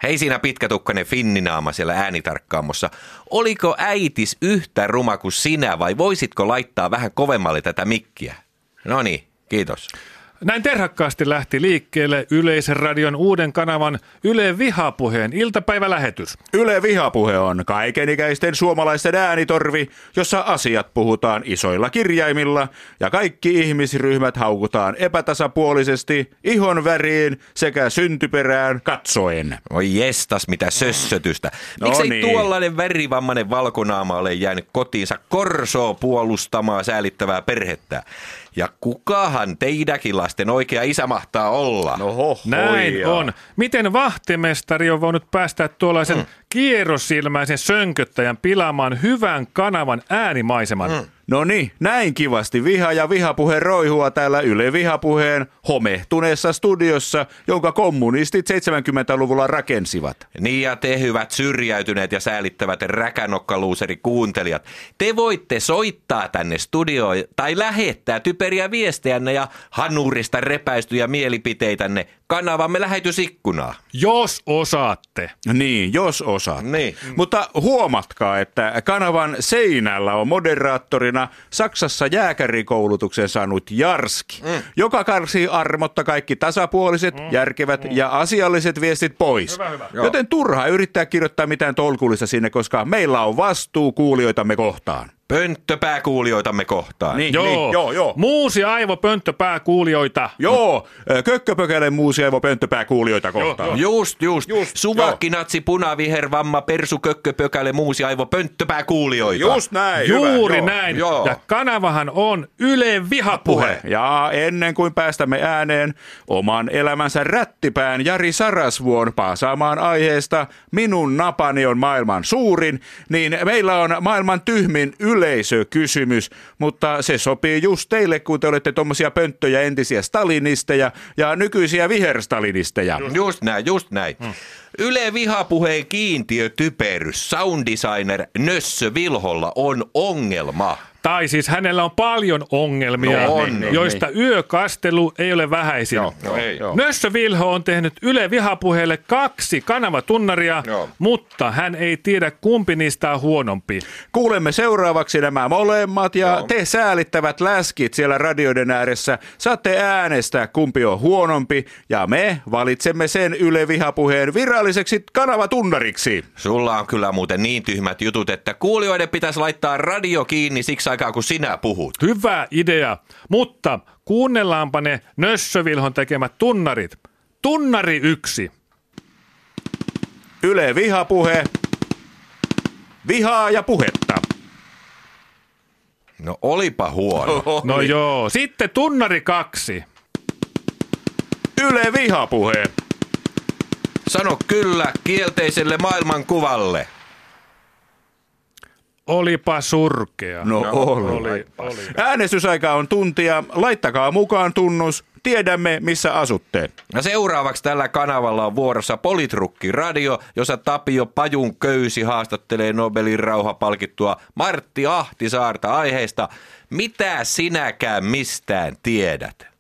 Hei siinä pitkätukkainen finninaama siellä äänitarkkaamossa. Oliko äitis yhtä ruma kuin sinä vai voisitko laittaa vähän kovemmalle tätä mikkiä? No niin, kiitos. Näin terhakkaasti lähti liikkeelle Yleisen radion uuden kanavan Yle Vihapuheen iltapäivälähetys. Yle Vihapuhe on kaikenikäisten suomalaisten äänitorvi, jossa asiat puhutaan isoilla kirjaimilla ja kaikki ihmisryhmät haukutaan epätasapuolisesti, ihon väriin sekä syntyperään katsoen. Oi jestas, mitä sössötystä. Miksei tuollainen värivammainen valkonaama ole jäänyt kotiinsa korsoa puolustamaan säälittävää perhettä? Ja kukahan teidäkin lasten oikea isä mahtaa olla? Näin on. Miten vahtimestari on voinut päästää tuollaisen kierrosilmäisen sönköttäjän pilaamaan hyvän kanavan äänimaiseman? No niin, näin kivasti viha ja vihapuhe roihua täällä Yle Vihapuheen homehtuneessa studiossa, jonka kommunistit 70-luvulla rakensivat. Niin ja te hyvät syrjäytyneet ja säälittävät räkänokkaluuseri kuuntelijat. Te voitte soittaa tänne studioon tai lähettää typeriä viestejänne ja hanurista repäistyjä mielipiteitänne kanavamme lähetysikkunaa. Jos osaatte. Niin, jos osaat. Niin. Mutta huomatkaa, että kanavan seinällä on moderaattorina Saksassa jääkärikoulutuksen saanut Jarski, joka karsii armotta kaikki tasapuoliset, järkevät ja asialliset viestit pois. Hyvä. Joten turha yrittää kirjoittaa mitään tolkullista sinne, koska meillä on vastuu kuulijoitamme kohtaan. Pönttöpääkuulijoitamme kohtaan. Joo. Muusi aivo pönttöpääkuulijoita. Joo, kökköpökäle muusiaivo pönttöpääkuulijoita kohtaan. Just. Suvakki, natsi, punaviher, vamma, persu, kökköpökäle, muusi aivo pönttöpääkuulijoita. Just näin. Juuri hyvä, näin. Joo. Ja kanavahan on Yle Vihapuhe. Ja ennen kuin päästämme ääneen oman elämänsä rättipään Jari Sarasvuon paasaamaan aiheesta Minun napani on maailman suurin, niin meillä on maailman tyhmin yleisökysymys, mutta se sopii just teille, kun te olette tommosia pönttöjä entisiä stalinisteja ja nykyisiä viherstalinisteja. Just näin. Yle Vihapuheen kiintiötyperys sounddesigner Nössö Vilholla on ongelma. Tai siis hänellä on paljon ongelmia, joista yökastelu ei ole vähäisin. Nössö Vilho on tehnyt Yle Vihapuheelle 2 kanavatunnaria, mutta hän ei tiedä kumpi niistä on huonompi. Kuulemme seuraavaksi nämä molemmat ja te säälittävät läskit siellä radioiden ääressä saatte äänestää kumpi on huonompi ja me valitsemme sen Yle Vihapuheen viralliseksi kanavatunnariksi. Sulla on kyllä muuten niin tyhmät jutut, että kuulijoiden pitäisi laittaa radio kiinni siksi aikaa, kun sinä puhut. Hyvä idea, mutta kuunnellaanpa ne Nössö Vilhon tekemät tunnarit. Tunnari 1. Yle Vihapuhe. Vihaa ja puhetta. No olipa huono. No joo, sitten tunnari 2. Yle Vihapuhe. Sano kyllä kielteiselle maailmankuvalle. Olipa surkea. No oli. Äänestysaika on tuntia. Laittakaa mukaan tunnus. Tiedämme, missä asutte. Ja seuraavaksi tällä kanavalla on vuorossa Politrukki Radio, jossa Tapio Pajun köysi haastattelee Nobelin rauhapalkittua Martti Ahtisaarta aiheesta Mitä sinäkään mistään tiedät?